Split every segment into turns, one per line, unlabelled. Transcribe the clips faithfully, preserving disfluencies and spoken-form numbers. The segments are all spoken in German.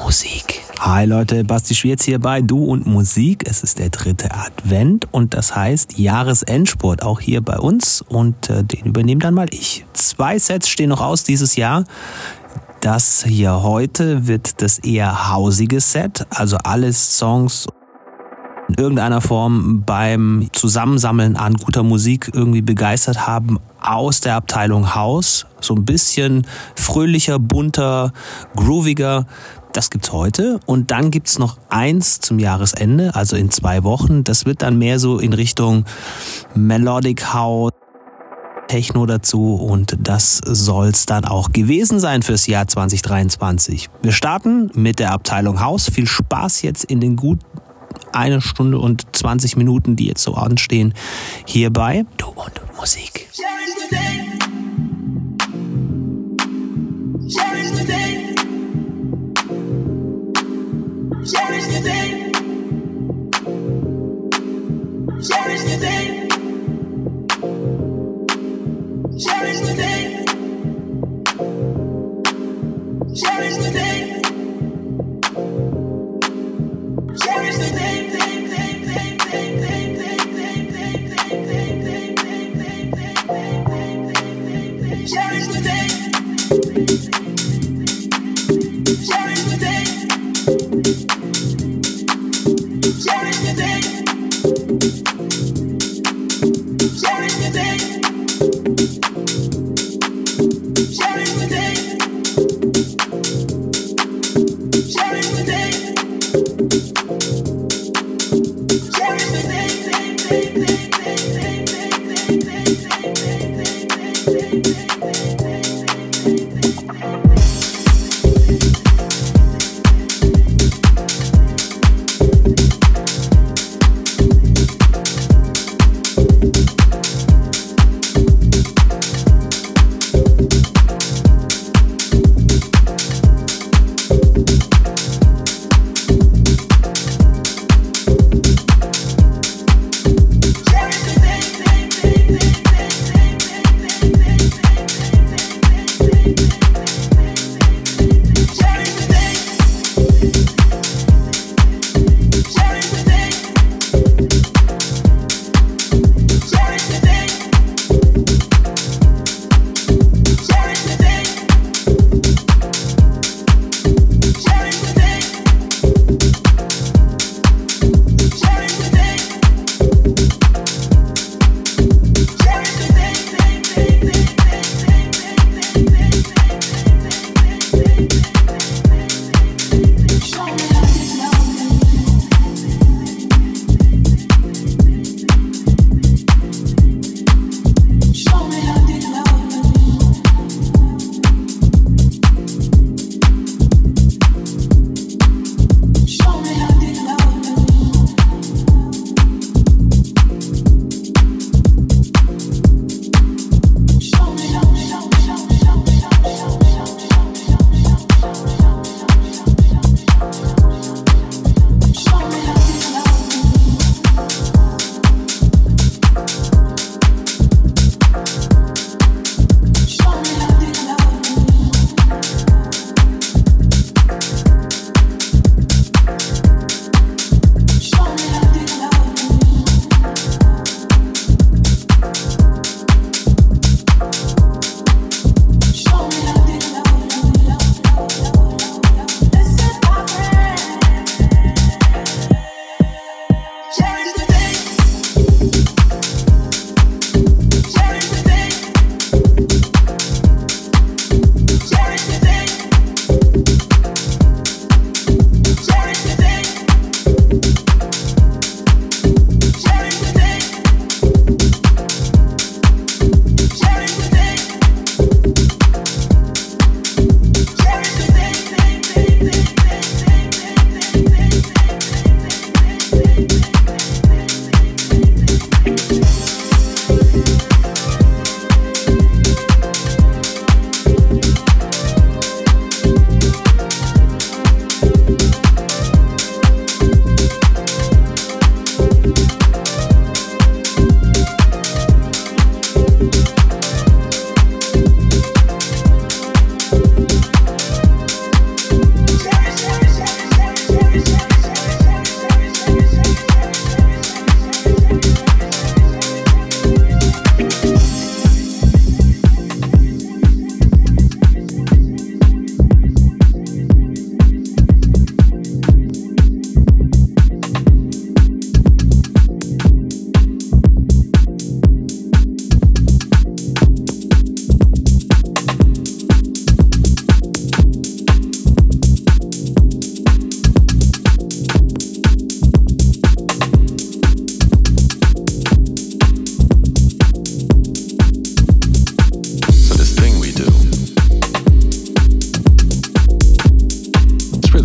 Musik. Hi Leute, Basti Schwierz hier bei Du und Musik. Es ist der dritte Advent und das heißt Jahresendsport auch hier bei uns und äh, den übernehme dann mal ich. Zwei Sets stehen noch aus dieses Jahr. Das hier heute wird das eher hausige Set, also alle Songs in irgendeiner Form beim Zusammensammeln an guter Musik irgendwie begeistert haben aus der Abteilung House. So ein bisschen fröhlicher, bunter, grooviger. Das gibt's heute. Und dann gibt's noch eins zum Jahresende, also in zwei Wochen. Das wird dann mehr so in Richtung Melodic House, Techno dazu und das soll's dann auch gewesen sein fürs Jahr zwanzig dreiundzwanzig. Wir starten mit der Abteilung House. Viel Spaß jetzt in den gut eine Stunde und zwanzig Minuten, die jetzt so anstehen, hierbei Du und Musik.
Cherish the day. Cherish the day. Cherish the day. Cherish the day. Cherish the day. Cherish the day. Cherish the day. Cherish the day. Cherish the day. Cherish the day. Cherish the day. Cherish the day.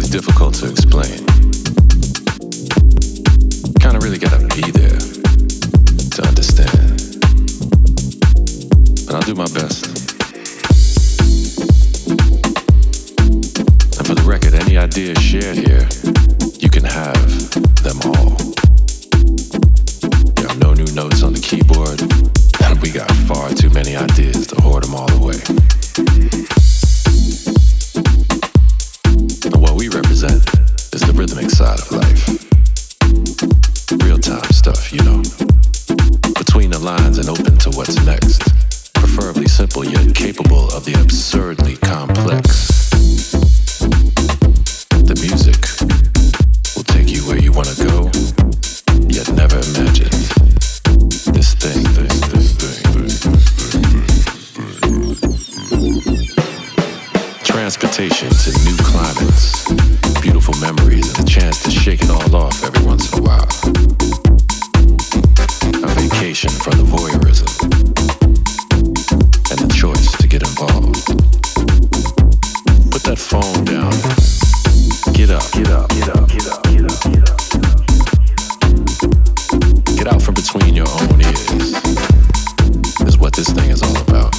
difficult to explain. Kinda really gotta be there to understand. But I'll do my best. And for the record, any ideas shared here, you can have them all. There are no new notes on the keyboard, and we got far too many ideas to hoard them all away. And what we represent is the rhythmic side of life. Real-time stuff, you know. Between the lines and open to what's next. Preferably simple yet capable of the absurdly complex. The music will take you where you want to go, yet never imagine this thing, this, this thing, this, this, this. Transportation to new climates, beautiful memories, and a chance to shake it all off every once in a while. A vacation from the voyeurism and the choice to get involved. Put that phone down. Get up, get up, get up, get up, get up, get up. Get out from between your own ears is what this thing is all about.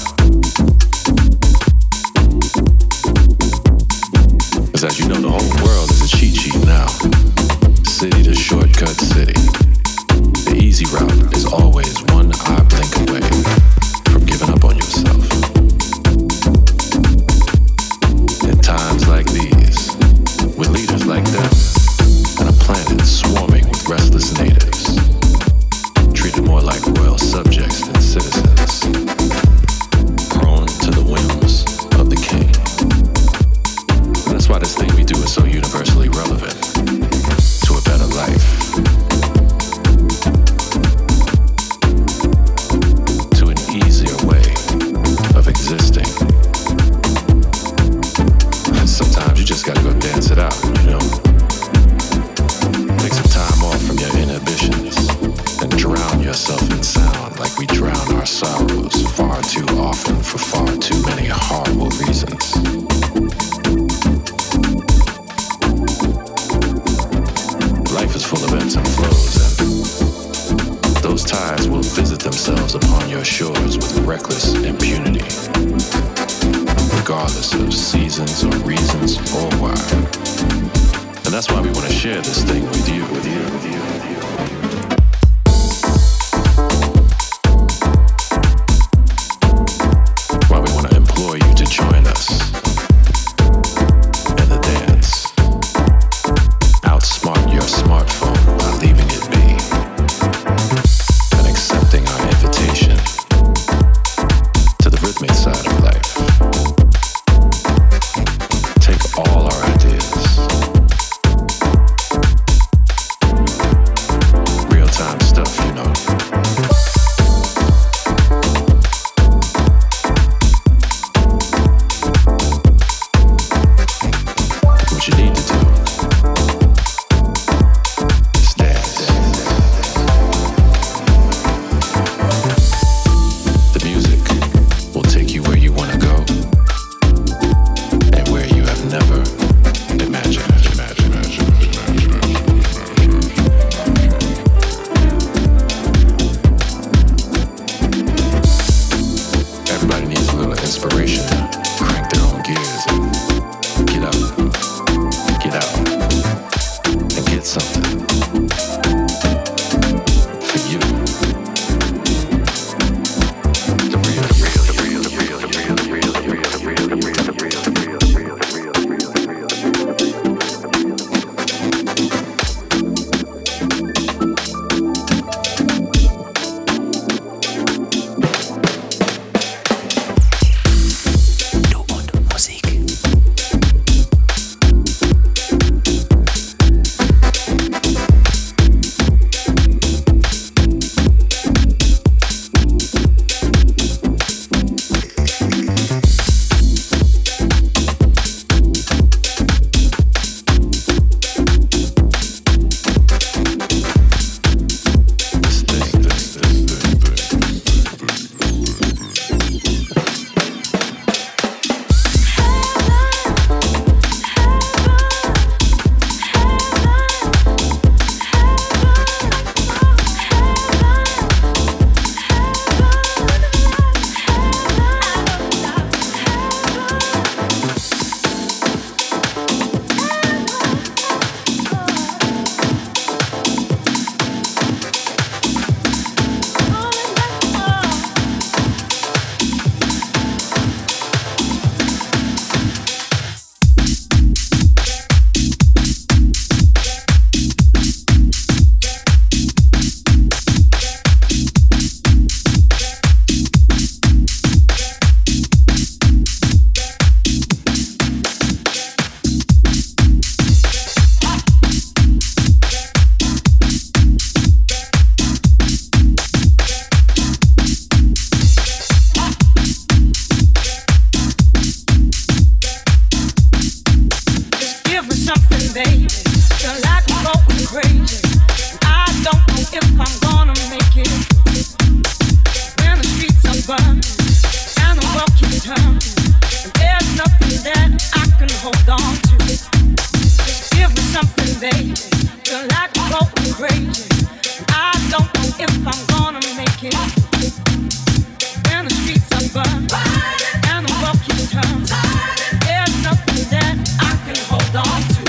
Because as you know, the whole world is a cheat sheet now. City to shortcut city. The easy route is always one eye blink away from giving up on yourself. In times like these, with leaders like them, and a planet swarming with restless natives, treated more like royal subjects than citizens, prone to the whims of the king. And that's why this thing we do is so universally relevant to a better life. Existing. And sometimes you just gotta go dance it out, you know? Take some time off from your inhibitions and drown yourself in sound like we drown our sorrows far too often for far too many horrible reasons. Life is full of ebbs and flows, and those tides will visit themselves upon your shores with reckless impunity, regardless of seasons or reasons or why. And that's why we want to share this thing with you, with you, with you, with you. Why we want to implore you to join us in the dance. Outsmart your smartphone by leaving it be. Accepting our invitation to the rhythmic side of life. Take all our ideas
hold on to. Give me something, baby. Feel like I'm going crazy. I don't know if I'm gonna make it. When the streets are burned and the world keeps turning, there's nothing that I can hold on to.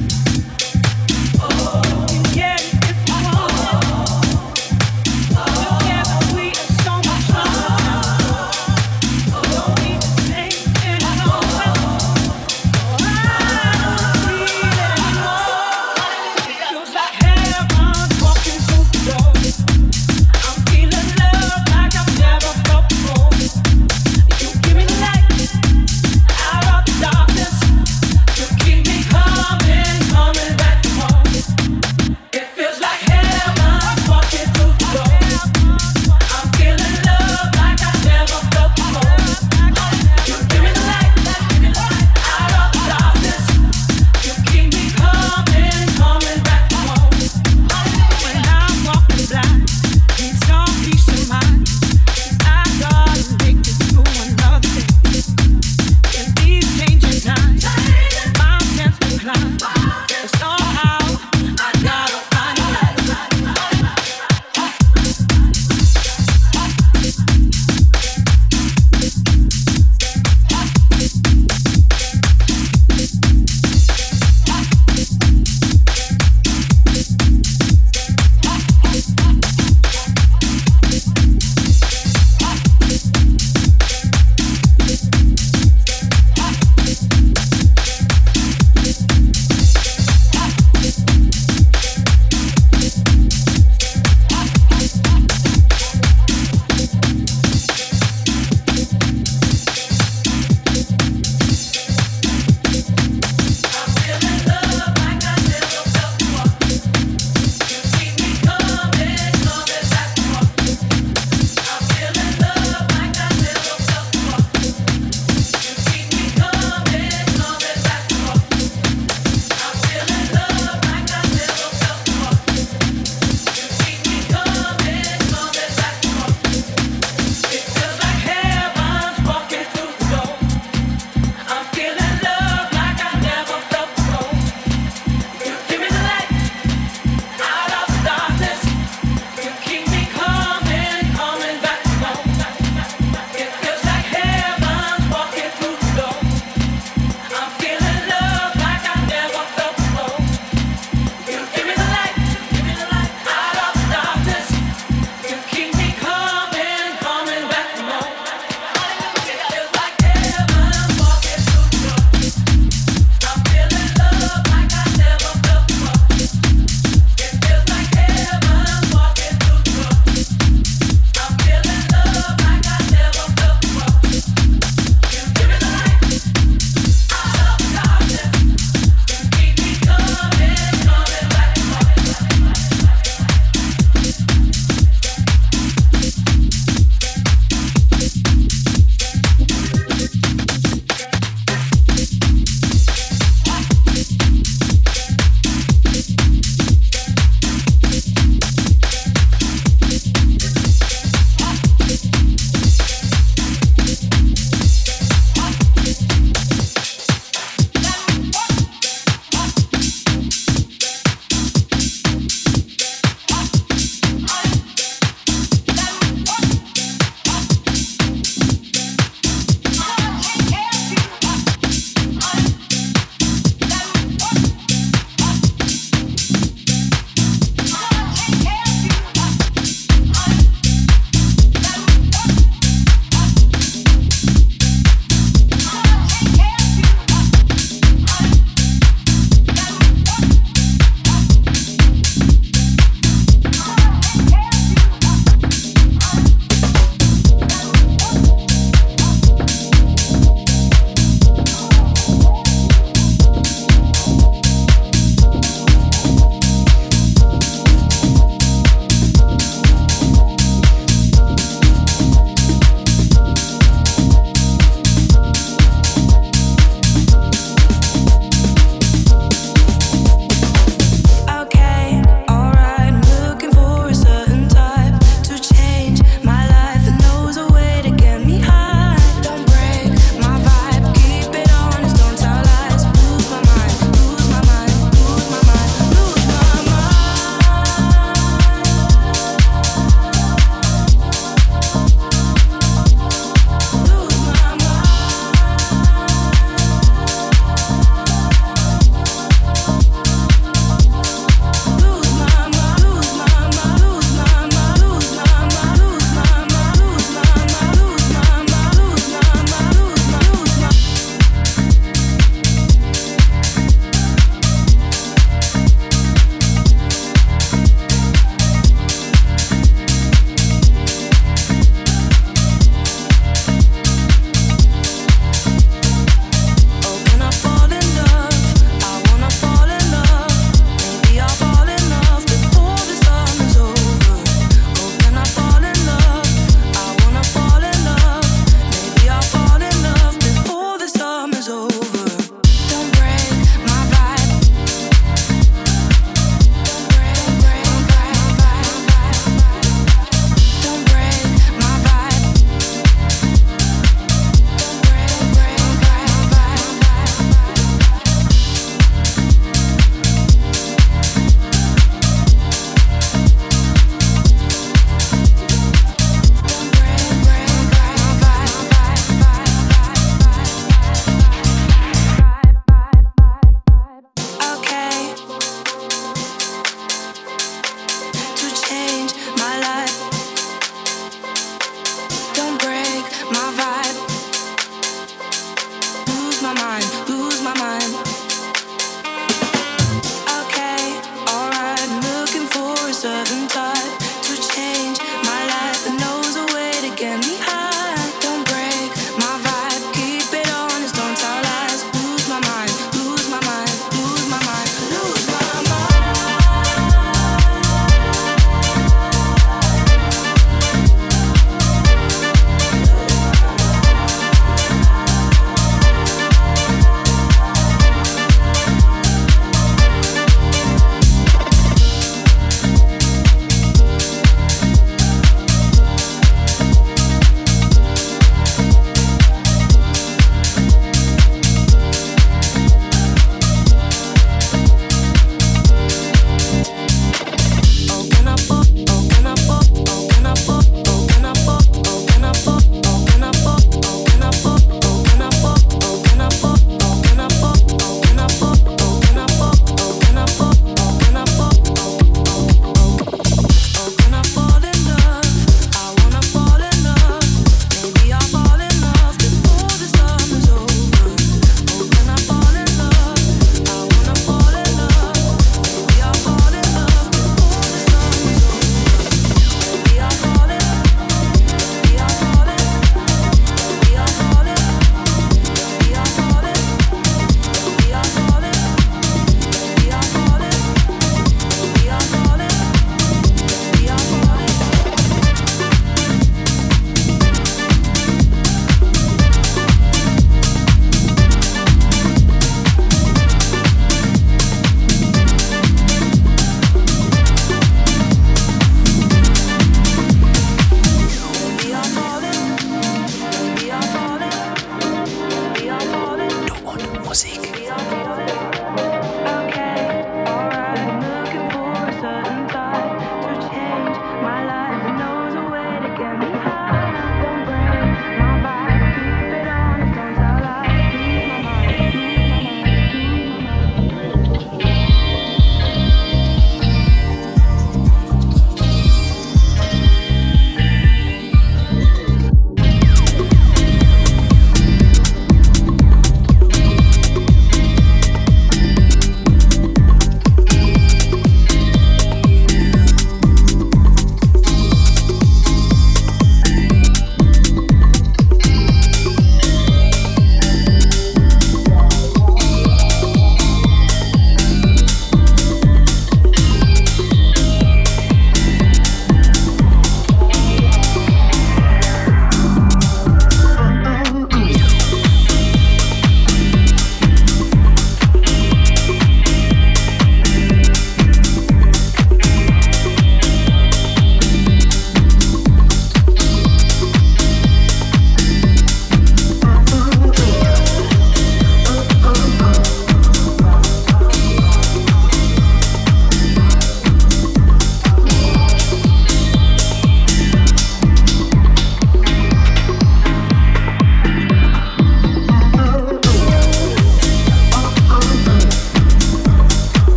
Oh, you can get it if you want it. Together we are so much stronger. Don't need to stay any longer. Oh, I don't feel it anymore. It feels like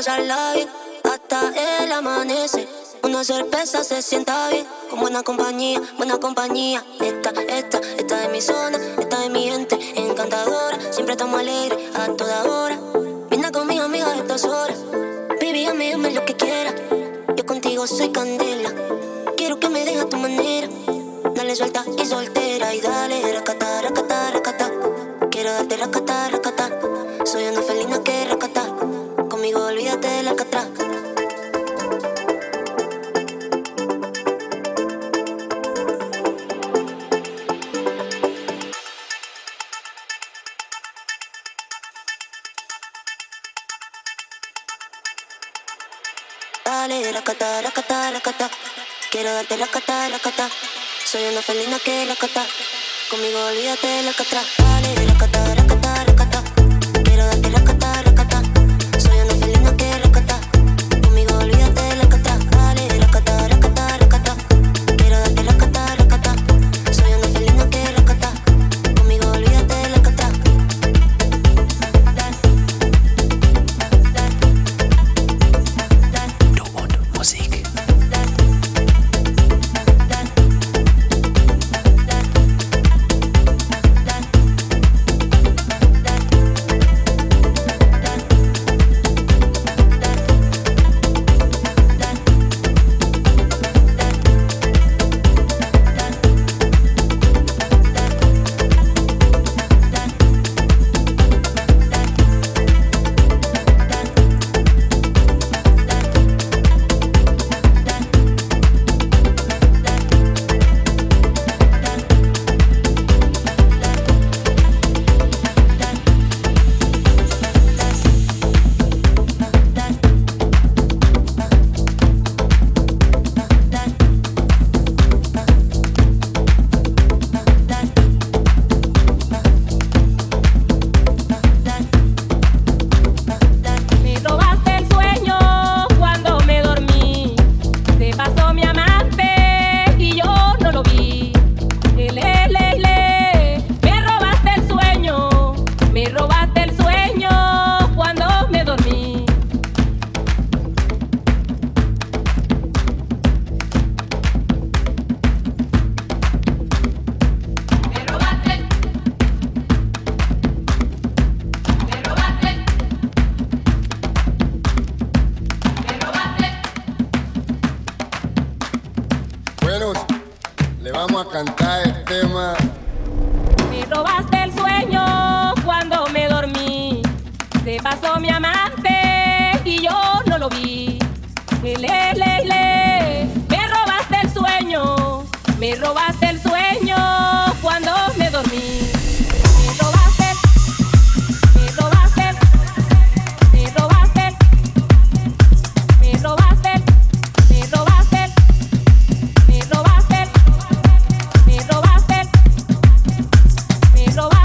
pasarla bien hasta el amanecer. Una cerveza se sienta bien, con buena compañía, buena compañía. Esta, esta, esta es mi zona, esta es mi gente encantadora. Siempre estamos alegres a toda hora. Vinda con mis amigas a estas horas. Baby, dame lo que quieras. Yo contigo soy candela. Quiero que me dejes a tu manera. Dale suelta y soltera y dale racata, racata, racata. Quiero darte racata, racata. Soy una felina que racata. Conmigo olvídate del alcatraz. Dale racata, racata, racata. Quiero darte racata, racata. Soy una felina que racata. Conmigo olvídate del alcatraz. Dale racata, racata, racata. Quiero darte racata, racata. Soy una felina que racata. Conmigo olvídate del alcatraz. Dale racata, racata, racata. Quiero darte racata, racata. Soy una felina que racata. Conmigo olvídate del alcatraz.
Du und Musik.
Me robaste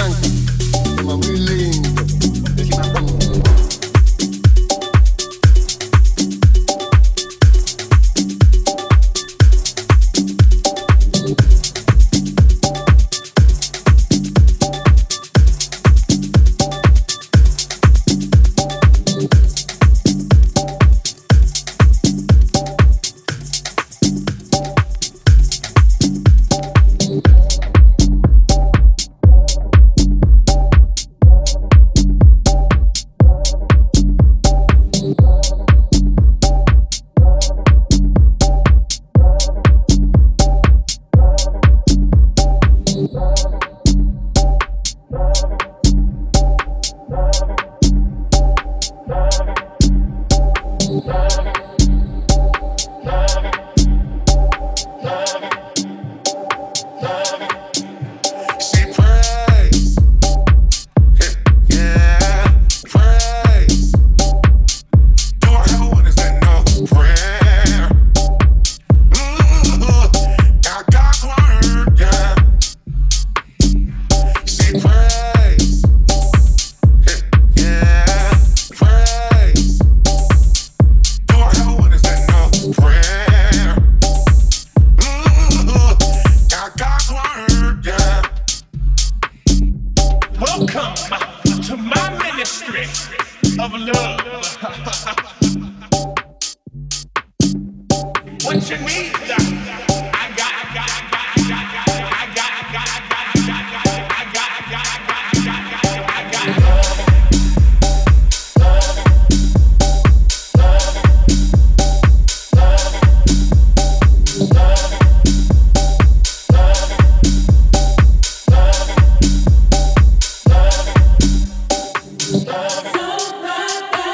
manca, tema muy lindo. Decime cómo.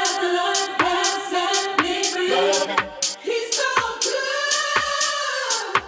He's so good.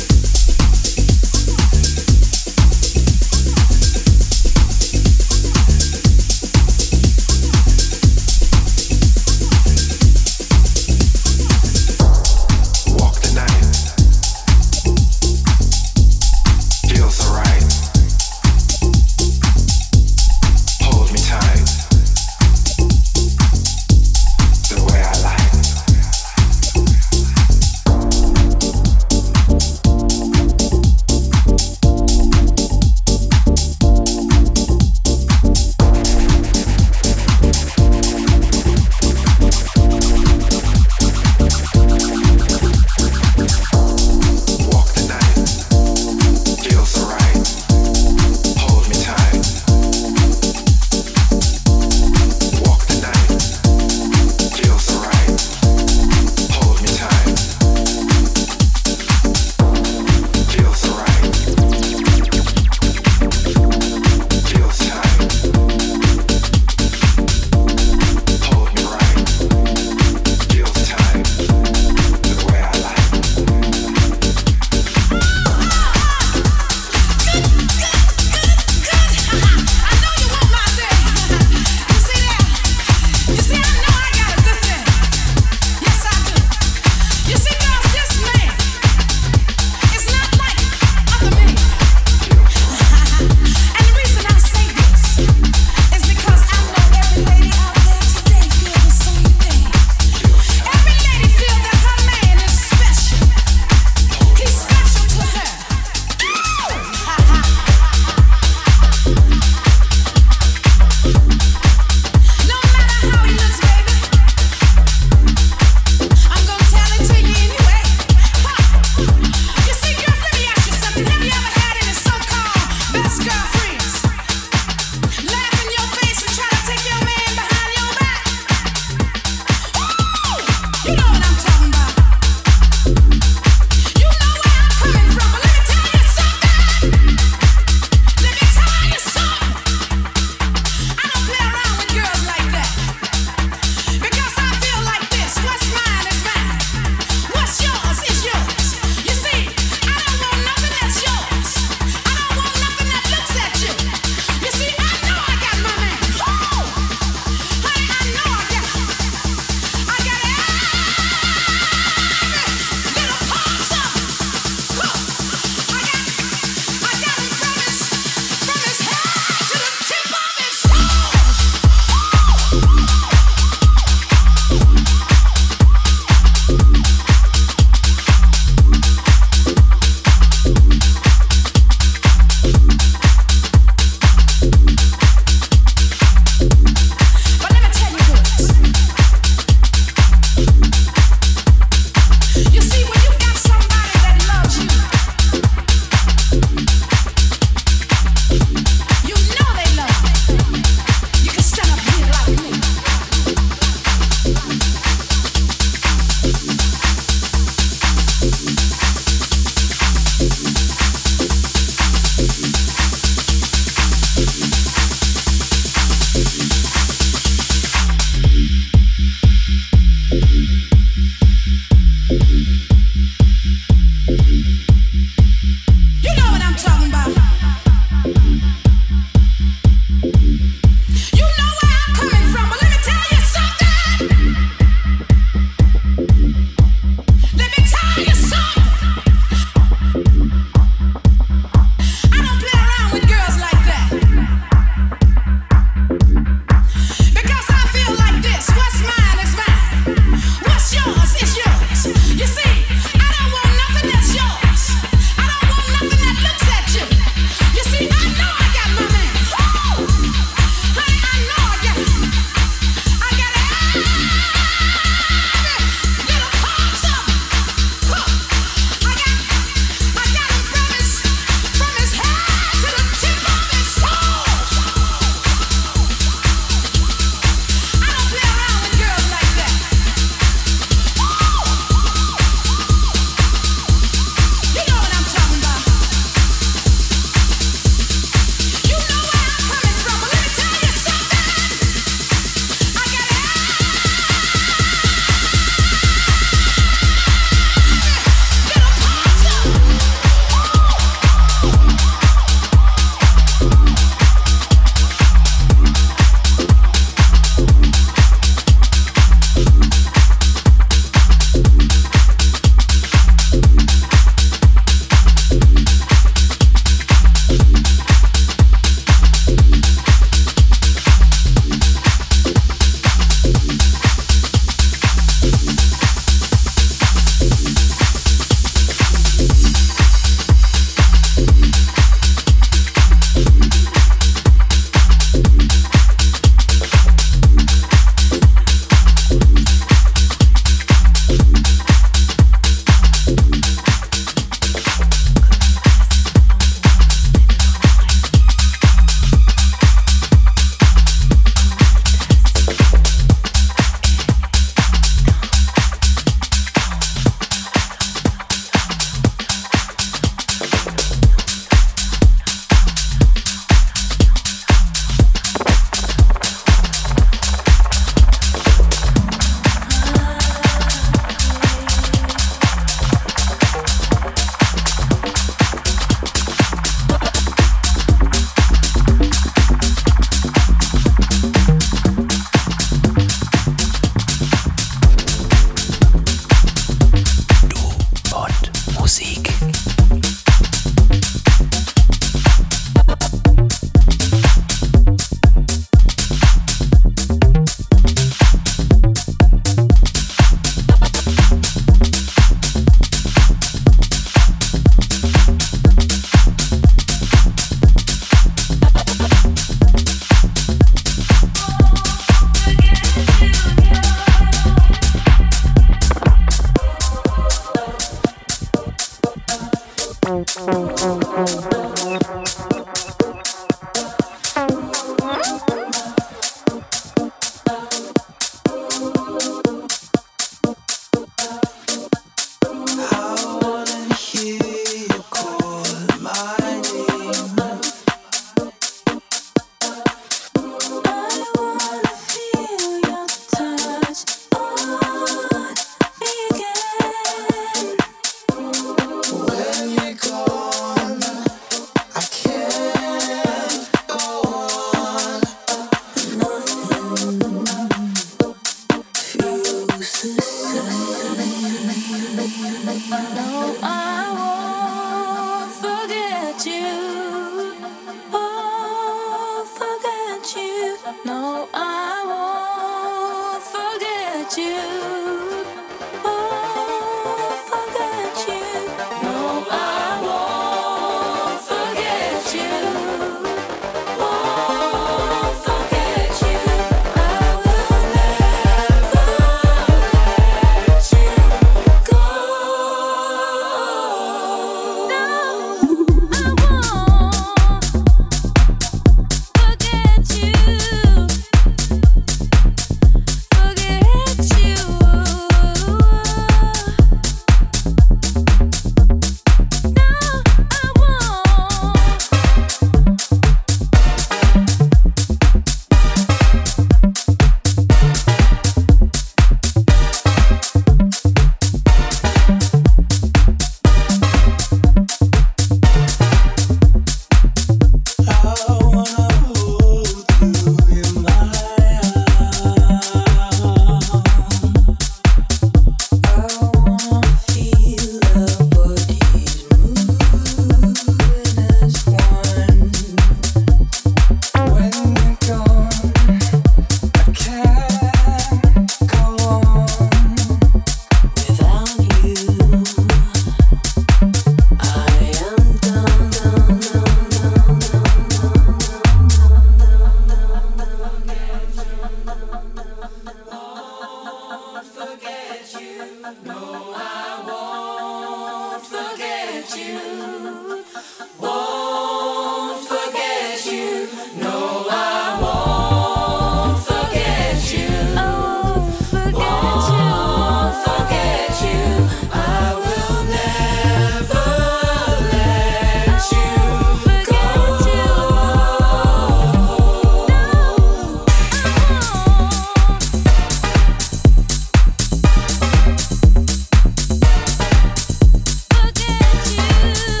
Forget you.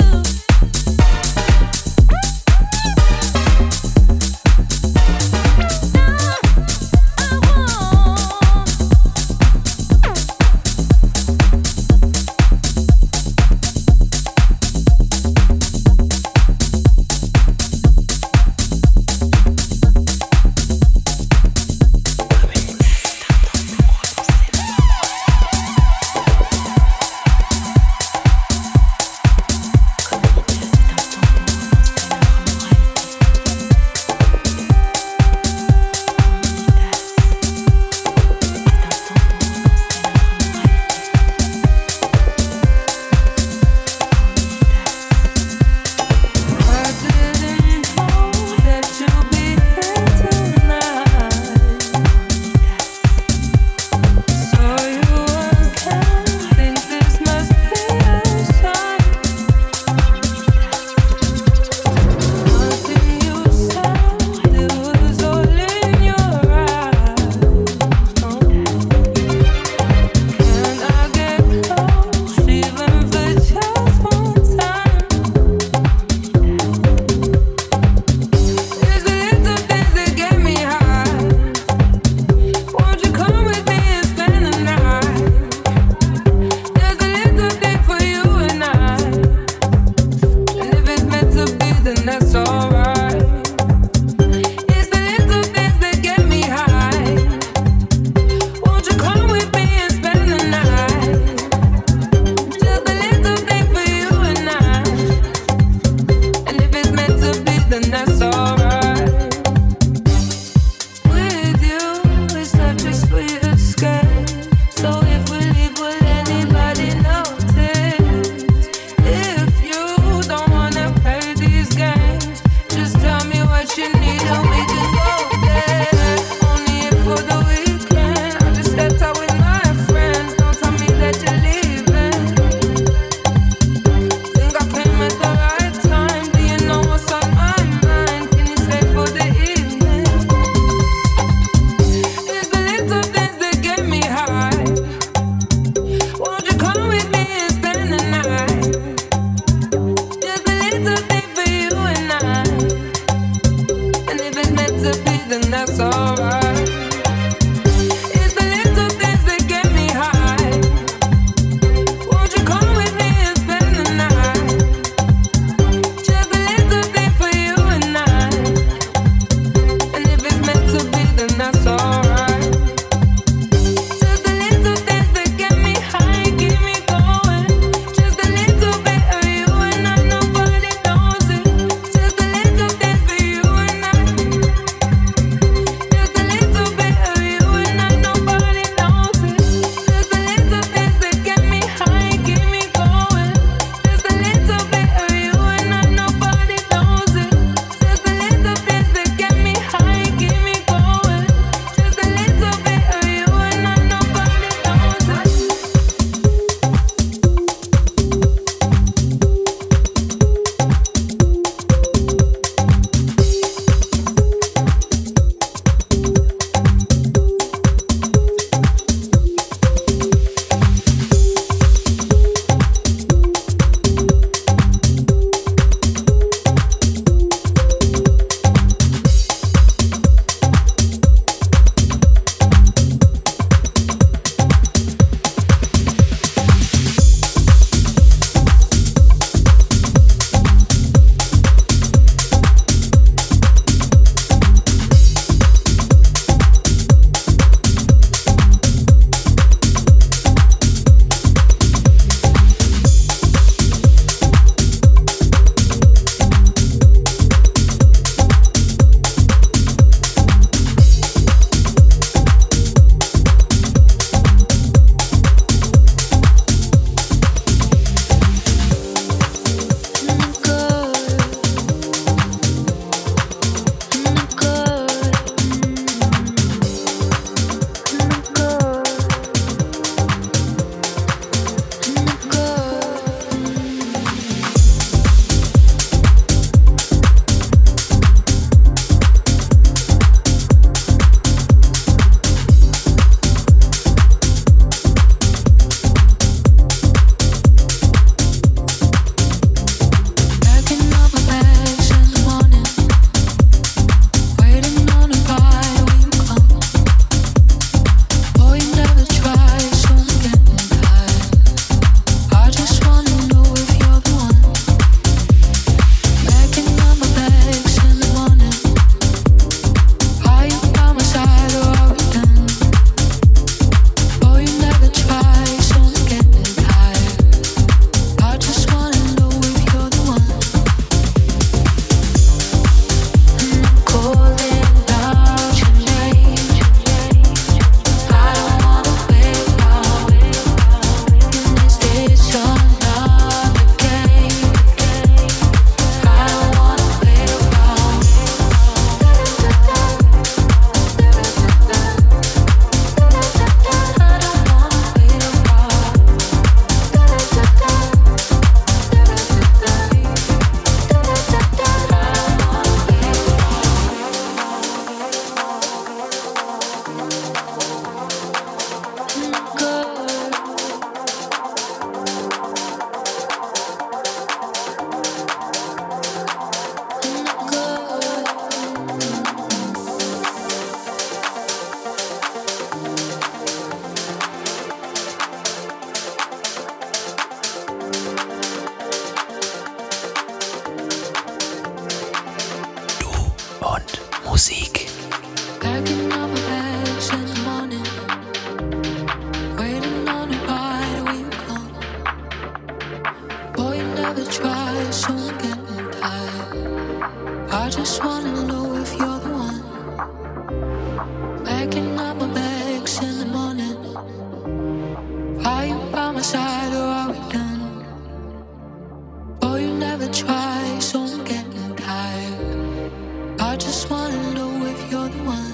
never try, so I'm getting tired. I just wanna know if you're the one. Packing up my bags in the morning. Are you by my side or are we done? Oh, you never try, so I'm getting tired. I just wanna know if you're the one.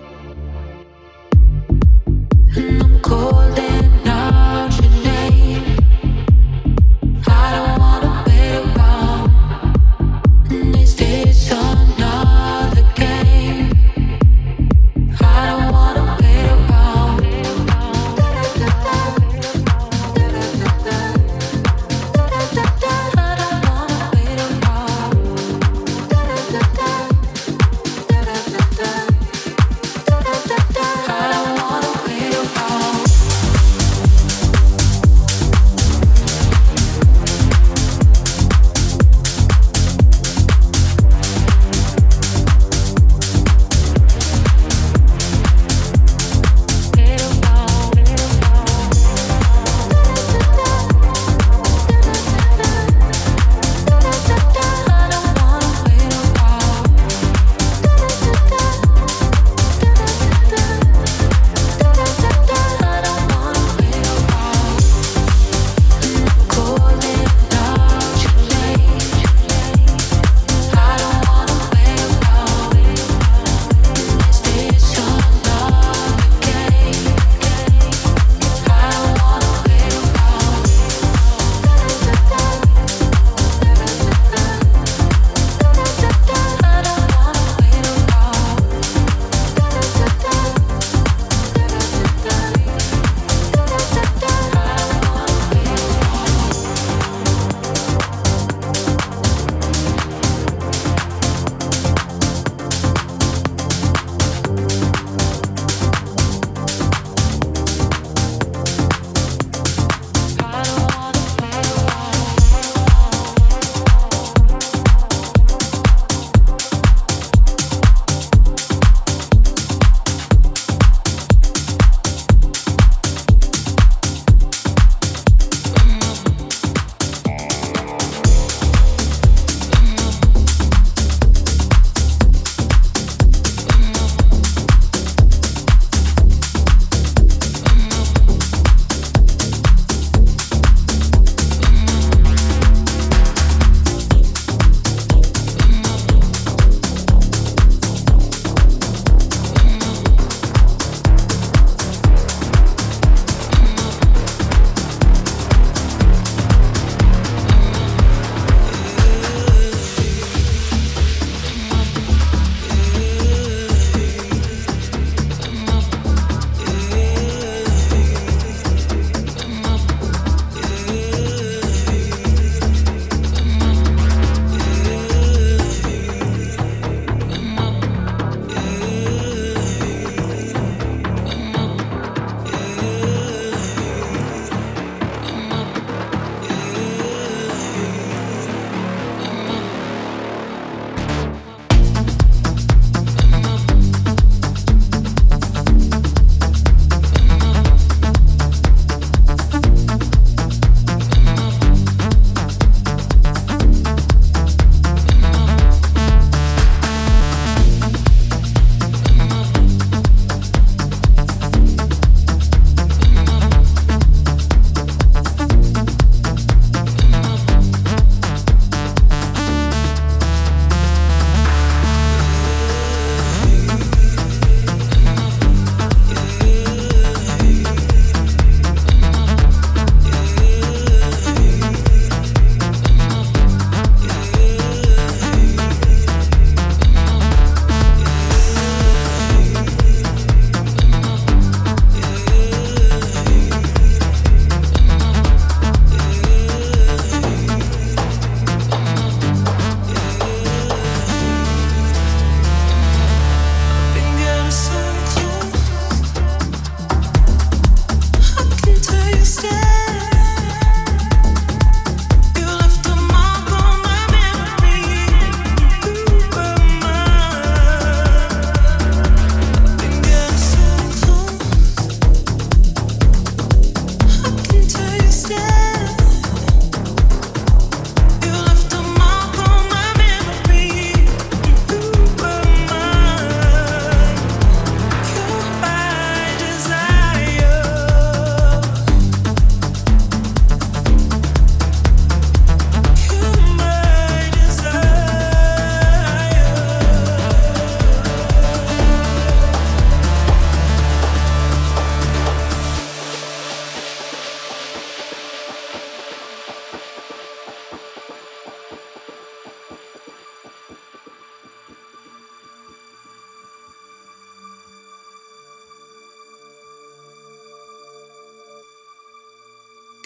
And I'm calling out your name. I don't wanna wait around. And is this another game? I don't wanna wait around. I don't wanna wait around.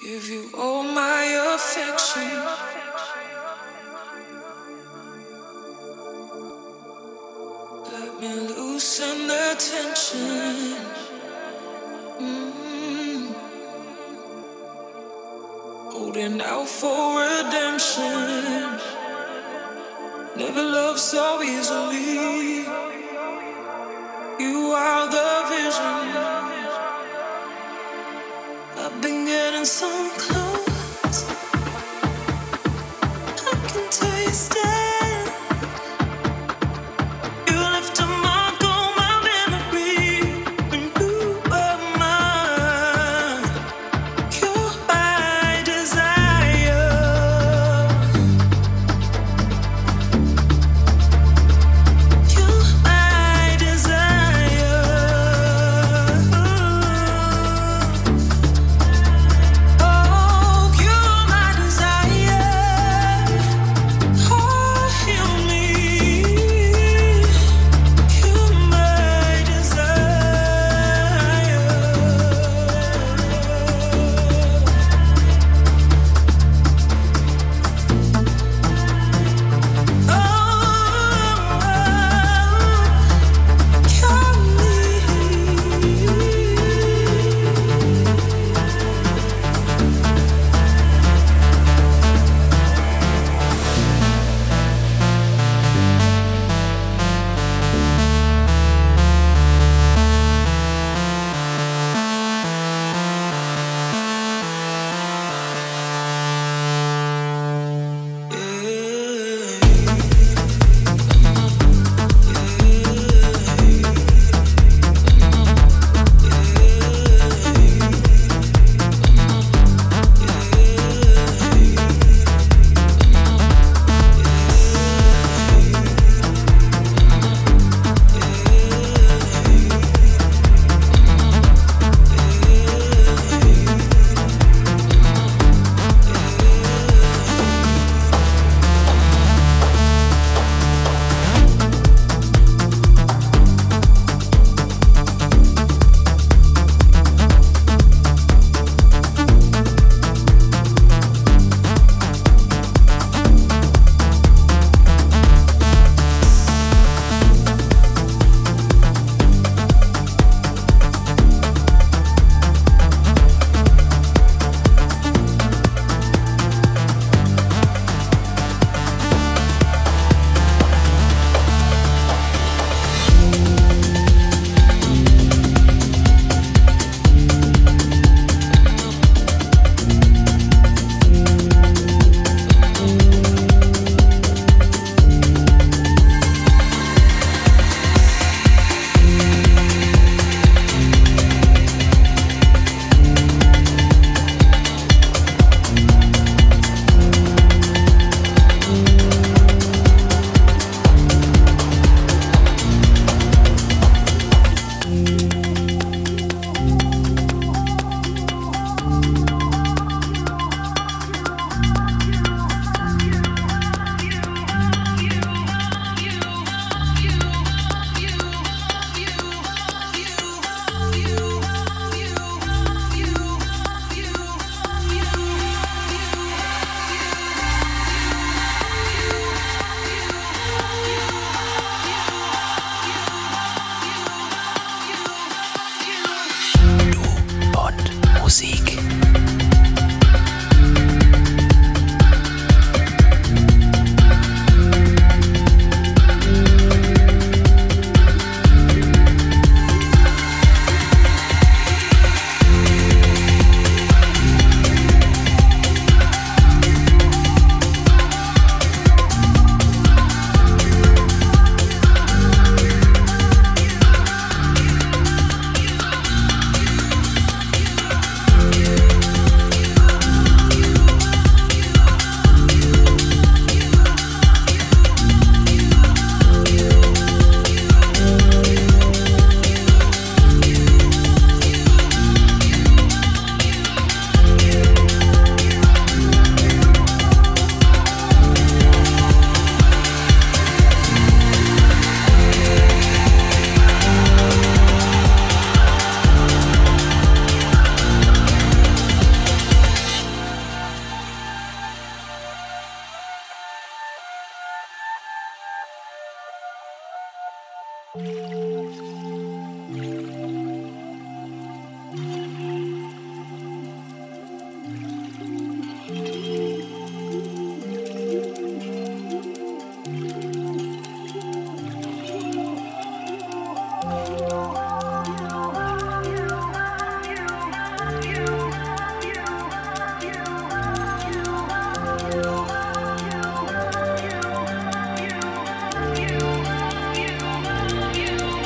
Give you all my affection. Let me loosen the tension. Mm. Holding out for redemption. Never loved so easily. You are the vision. I've been getting so close. I can taste it. You left a mark on my memory when you were mine. You're my desire. You're my desire. Oh.
You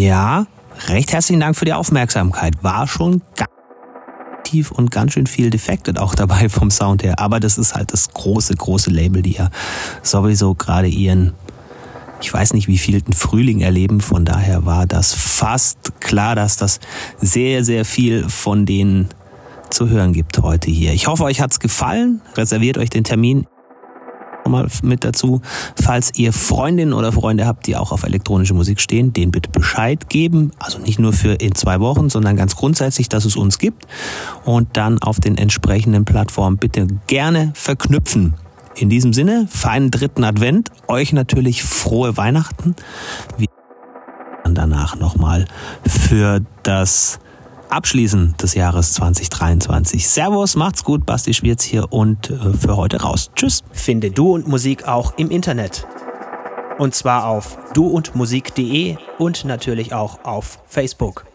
Ja, recht herzlichen Dank für die Aufmerksamkeit. War schon ganz tief und ganz schön viel Defected auch dabei vom Sound her. Aber das ist halt das große, große Label, die ja sowieso gerade ihren, ich weiß nicht, wie vielten Frühling erleben. Von daher war das fast klar, dass das sehr, sehr viel von denen zu hören gibt heute hier. Ich hoffe, euch hat's gefallen. Reserviert euch den Termin mal mit dazu. Falls ihr Freundinnen oder Freunde habt, die auch auf elektronische Musik stehen, denen bitte Bescheid geben. Also nicht nur für in zwei Wochen, sondern ganz grundsätzlich, dass es uns gibt. Und dann auf den entsprechenden Plattformen bitte gerne verknüpfen. In diesem Sinne, feinen dritten Advent. Euch natürlich frohe Weihnachten. Wir dann danach nochmal für das Abschließen des Jahres zwanzig dreiundzwanzig. Servus, macht's gut, Basti Schwierz hier und äh, für heute raus. Tschüss. Finde Du und Musik auch im Internet. Und zwar auf du und musik punkt de und natürlich auch auf Facebook.